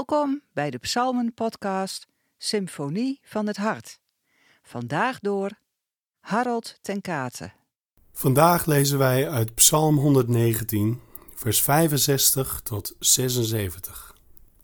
Welkom bij de Psalmen-podcast Symfonie van het Hart. Vandaag door Harold ten Kate. Vandaag lezen wij uit Psalm 119, vers 65 tot 76.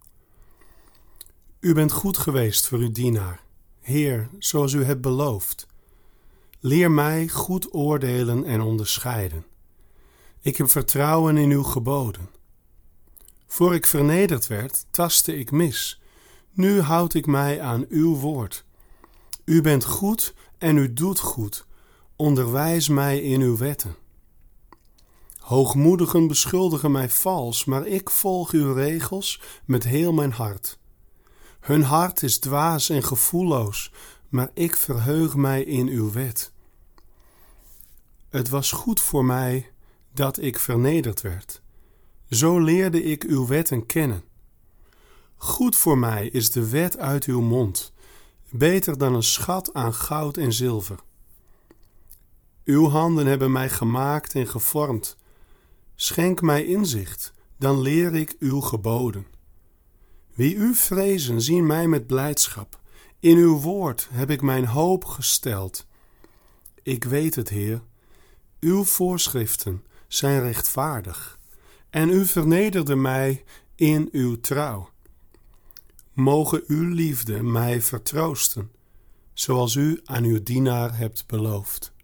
U bent goed geweest voor uw dienaar, Heer, zoals u hebt beloofd. Leer mij goed oordelen en onderscheiden. Ik heb vertrouwen in uw geboden. Voor ik vernederd werd, tastte ik mis. Nu houd ik mij aan uw woord. U bent goed en u doet goed. Onderwijs mij in uw wetten. Hoogmoedigen beschuldigen mij vals, maar ik volg uw regels met heel mijn hart. Hun hart is dwaas en gevoelloos, maar ik verheug mij in uw wet. Het was goed voor mij dat ik vernederd werd. Zo leerde ik uw wetten kennen. Goed voor mij is de wet uit uw mond, beter dan een schat aan goud en zilver. Uw handen hebben mij gemaakt en gevormd. Schenk mij inzicht, dan leer ik uw geboden. Wie u vrezen, zien mij met blijdschap. In uw woord heb ik mijn hoop gesteld. Ik weet het, Heer, uw voorschriften zijn rechtvaardig. En u vernederde mij in uw trouw. Mogen uw liefde mij vertroosten, zoals u aan uw dienaar hebt beloofd.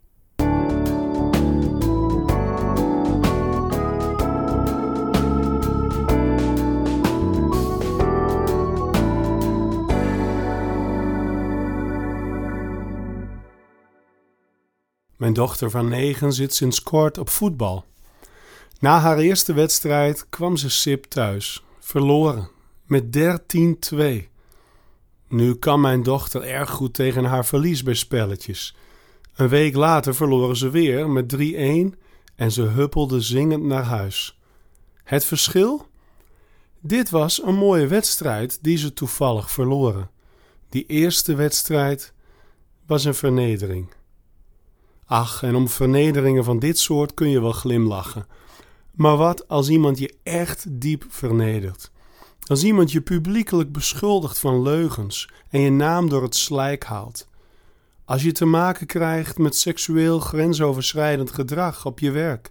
Mijn dochter van 9 zit sinds kort op voetbal. Na haar eerste wedstrijd kwam ze sip thuis, verloren, met 13-2. Nu kan mijn dochter erg goed tegen haar verlies bij spelletjes. Een week later verloren ze weer met 3-1 en ze huppelde zingend naar huis. Het verschil? Dit was een mooie wedstrijd die ze toevallig verloren. Die eerste wedstrijd was een vernedering. Ach, en om vernederingen van dit soort kun je wel glimlachen. Maar wat als iemand je echt diep vernedert? Als iemand je publiekelijk beschuldigt van leugens en je naam door het slijk haalt? Als je te maken krijgt met seksueel grensoverschrijdend gedrag op je werk?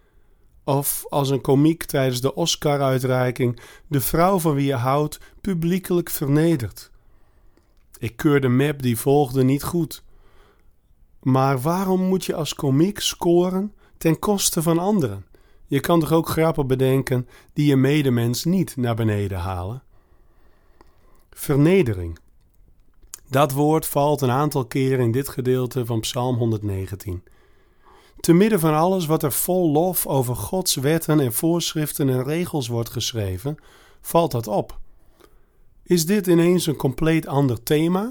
Of als een komiek tijdens de Oscar-uitreiking de vrouw van wie je houdt publiekelijk vernedert? Ik keur de map die volgde niet goed. Maar waarom moet je als komiek scoren ten koste van anderen? Je kan toch ook grappen bedenken die je medemens niet naar beneden halen? Vernedering. Dat woord valt een aantal keren in dit gedeelte van Psalm 119. Te midden van alles wat er vol lof over Gods wetten en voorschriften en regels wordt geschreven, valt dat op. Is dit ineens een compleet ander thema?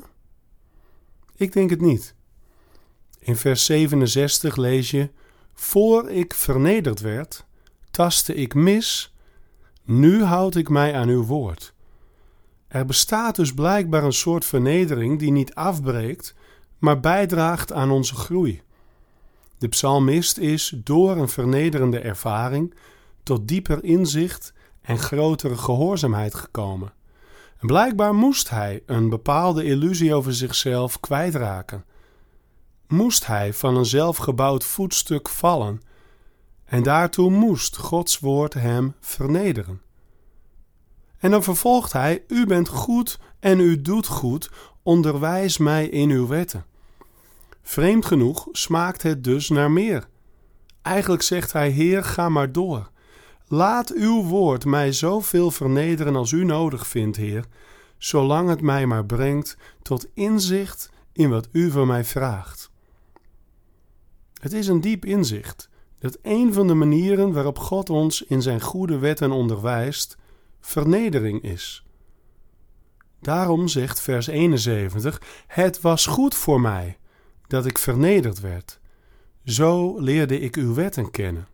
Ik denk het niet. In vers 67 lees je: voor ik vernederd werd, tastte ik mis, nu houd ik mij aan uw woord. Er bestaat dus blijkbaar een soort vernedering die niet afbreekt, maar bijdraagt aan onze groei. De psalmist is door een vernederende ervaring tot dieper inzicht en grotere gehoorzaamheid gekomen. En blijkbaar moest hij een bepaalde illusie over zichzelf kwijtraken. Moest hij van een zelfgebouwd voetstuk vallen en daartoe moest Gods woord hem vernederen. En dan vervolgt hij: u bent goed en u doet goed, onderwijs mij in uw wetten. Vreemd genoeg smaakt het dus naar meer. Eigenlijk zegt hij: Heer, ga maar door. Laat uw woord mij zoveel vernederen als u nodig vindt, Heer, zolang het mij maar brengt tot inzicht in wat u van mij vraagt. Het is een diep inzicht dat een van de manieren waarop God ons in zijn goede wetten onderwijst, vernedering is. Daarom zegt vers 71, het was goed voor mij dat ik vernederd werd. Zo leerde ik uw wetten kennen.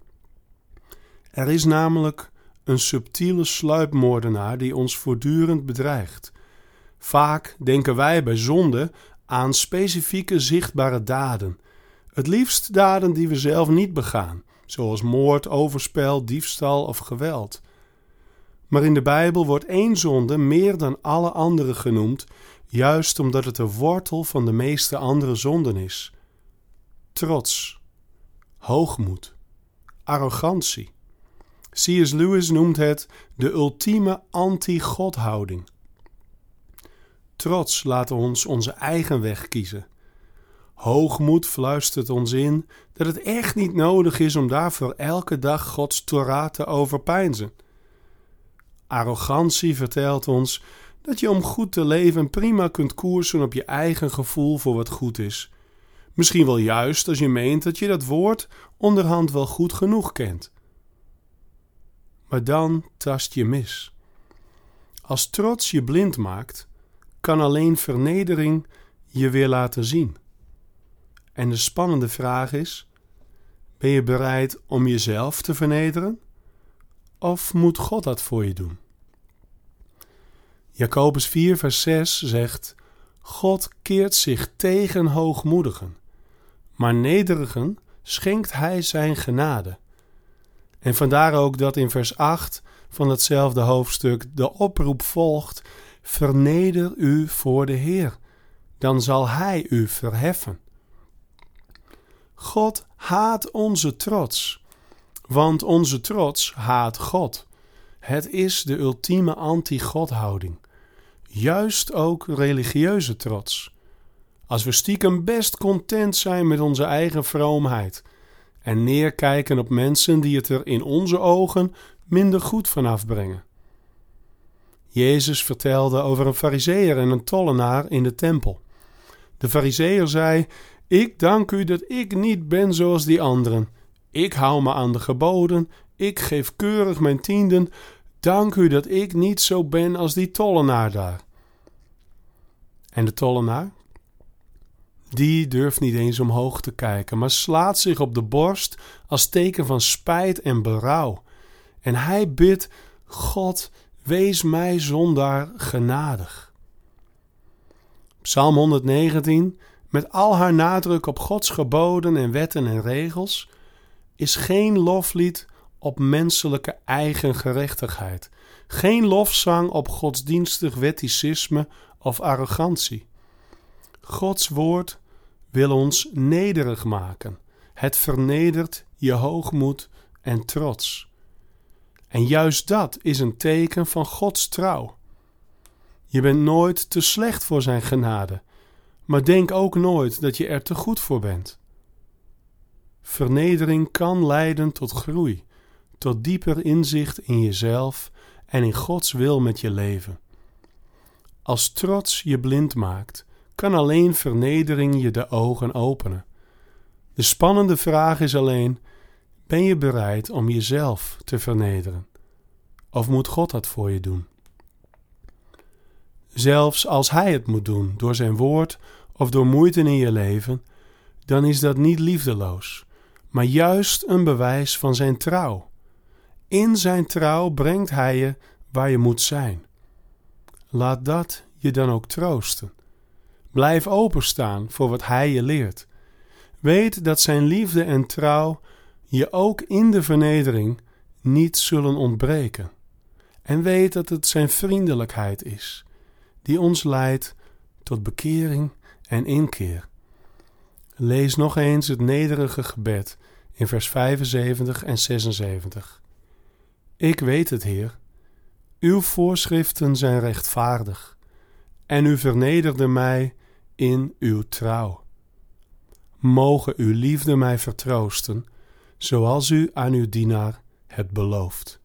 Er is namelijk een subtiele sluipmoordenaar die ons voortdurend bedreigt. Vaak denken wij bij zonde aan specifieke zichtbare daden. Het liefst daden die we zelf niet begaan, zoals moord, overspel, diefstal of geweld. Maar in de Bijbel wordt één zonde meer dan alle andere genoemd, juist omdat het de wortel van de meeste andere zonden is. Trots, hoogmoed, arrogantie. C.S. Lewis noemt het de ultieme anti-godhouding. Trots laat ons onze eigen weg kiezen. Hoogmoed fluistert ons in dat het echt niet nodig is om daarvoor elke dag Gods Torah te overpeinzen. Arrogantie vertelt ons dat je om goed te leven prima kunt koersen op je eigen gevoel voor wat goed is. Misschien wel juist als je meent dat je dat woord onderhand wel goed genoeg kent. Maar dan tast je mis. Als trots je blind maakt, kan alleen vernedering je weer laten zien. En de spannende vraag is: ben je bereid om jezelf te vernederen? Of moet God dat voor je doen? Jacobus 4 vers 6 zegt: God keert zich tegen hoogmoedigen, maar nederigen schenkt hij zijn genade. En vandaar ook dat in vers 8 van hetzelfde hoofdstuk de oproep volgt: verneder u voor de Heer, dan zal hij u verheffen. God haat onze trots, want onze trots haat God. Het is de ultieme anti-godhouding. Juist ook religieuze trots. Als we stiekem best content zijn met onze eigen vroomheid en neerkijken op mensen die het er in onze ogen minder goed vanaf brengen. Jezus vertelde over een farizeeër en een tollenaar in de tempel. De farizeeër zei: ik dank u dat ik niet ben zoals die anderen. Ik hou me aan de geboden, ik geef keurig mijn tienden. Dank u dat ik niet zo ben als die tollenaar daar. En de tollenaar? Die durft niet eens omhoog te kijken, maar slaat zich op de borst als teken van spijt en berouw. En hij bidt: God, wees mij zondaar genadig. Psalm 119, met al haar nadruk op Gods geboden en wetten en regels, is geen loflied op menselijke eigen gerechtigheid, geen lofzang op godsdienstig wetticisme of arrogantie. Gods woord wil ons nederig maken. Het vernedert je hoogmoed en trots. En juist dat is een teken van Gods trouw. Je bent nooit te slecht voor zijn genade, maar denk ook nooit dat je er te goed voor bent. Vernedering kan leiden tot groei, tot dieper inzicht in jezelf en in Gods wil met je leven. Als trots je blind maakt, kan alleen vernedering je de ogen openen. De spannende vraag is alleen: ben je bereid om jezelf te vernederen? Of moet God dat voor je doen? Zelfs als Hij het moet doen door zijn woord of door moeite in je leven, dan is dat niet liefdeloos, maar juist een bewijs van zijn trouw. In zijn trouw brengt Hij je waar je moet zijn. Laat dat je dan ook troosten. Blijf openstaan voor wat Hij je leert. Weet dat zijn liefde en trouw je ook in de vernedering niet zullen ontbreken. En weet dat het zijn vriendelijkheid is, die ons leidt tot bekering en inkeer. Lees nog eens het nederige gebed in vers 75 en 76. Ik weet het, Heer. Uw voorschriften zijn rechtvaardig en u vernederde mij in uw trouw. Mogen uw liefde mij vertroosten, zoals u aan uw dienaar hebt beloofd.